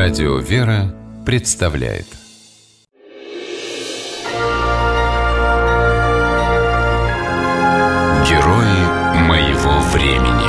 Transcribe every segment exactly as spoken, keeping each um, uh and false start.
Радио «Вера» представляет Герои моего времени.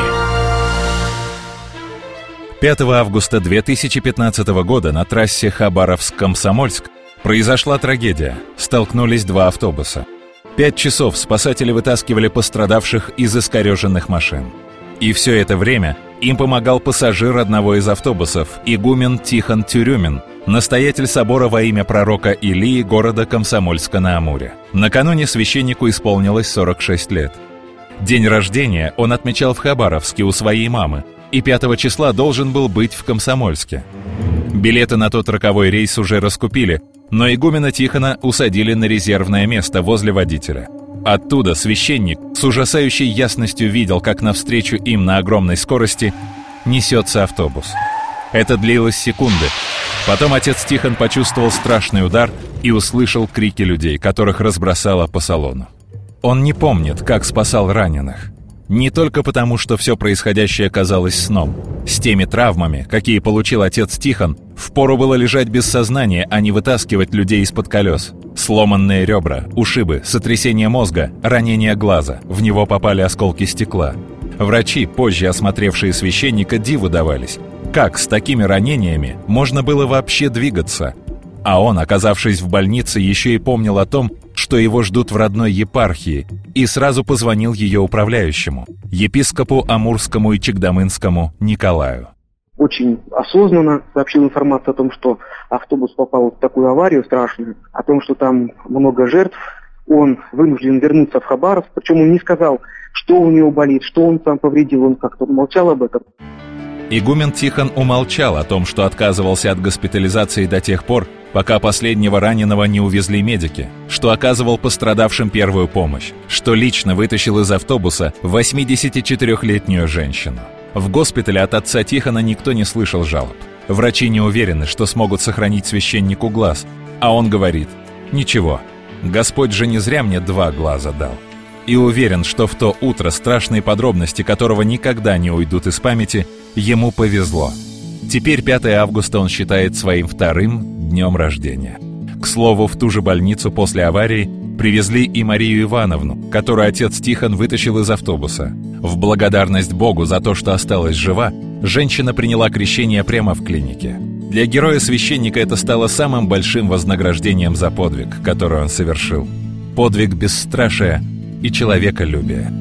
пятого августа две тысячи пятнадцатого года на трассе Хабаровск-Комсомольск произошла трагедия. Столкнулись два автобуса. Пять часов спасатели вытаскивали пострадавших из искореженных машин. И все это время им помогал пассажир одного из автобусов, игумен Тихон Тюрюмин, настоятель собора во имя пророка Илии города Комсомольска-на-Амуре. Накануне священнику исполнилось сорок шесть лет. День рождения он отмечал в Хабаровске у своей мамы и пятого числа должен был быть в Комсомольске. Билеты на тот роковой рейс уже раскупили, но игумена Тихона усадили на резервное место возле водителя. Оттуда священник с ужасающей ясностью видел, как навстречу им на огромной скорости несется автобус. Это длилось секунды. Потом отец Тихон почувствовал страшный удар и услышал крики людей, которых разбросало по салону. Он не помнит, как спасал раненых. Не только потому, что все происходящее казалось сном. С теми травмами, какие получил отец Тихон, впору было лежать без сознания, а не вытаскивать людей из-под колес. Сломанные ребра, ушибы, сотрясение мозга, ранение глаза, в него попали осколки стекла. Врачи, позже осмотревшие священника, диву давались. Как с такими ранениями можно было вообще двигаться? А он, оказавшись в больнице, еще и помнил о том, что его ждут в родной епархии, и сразу позвонил ее управляющему, епископу Амурскому и Чагдамынскому Николаю. Очень осознанно сообщил информацию о том, что автобус попал в такую аварию страшную, о том, что там много жертв. Он вынужден вернуться в Хабаровск, причем он не сказал, что у него болит, что он сам повредил, он как-то молчал об этом. Игумен Тихон умолчал о том, что отказывался от госпитализации до тех пор, пока последнего раненого не увезли медики, что оказывал пострадавшим первую помощь, что лично вытащил из автобуса восьмидесятичетырёхлетнюю женщину. В госпитале от отца Тихона никто не слышал жалоб. Врачи не уверены, что смогут сохранить священнику глаз, а он говорит: «Ничего, Господь же не зря мне два глаза дал». И уверен, что в то утро страшные подробности, которого никогда не уйдут из памяти, ему повезло. Теперь пятого августа он считает своим вторым днем рождения. К слову, в ту же больницу после аварии привезли и Марию Ивановну, которую отец Тихон вытащил из автобуса. В благодарность Богу за то, что осталась жива, женщина приняла крещение прямо в клинике. Для героя-священника это стало самым большим вознаграждением за подвиг, который он совершил. Подвиг бесстрашия и человеколюбия.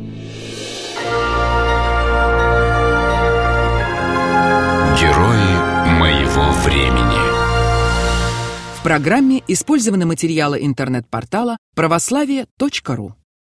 Герои моего времени. В программе использованы материалы интернет-портала православие точка ру.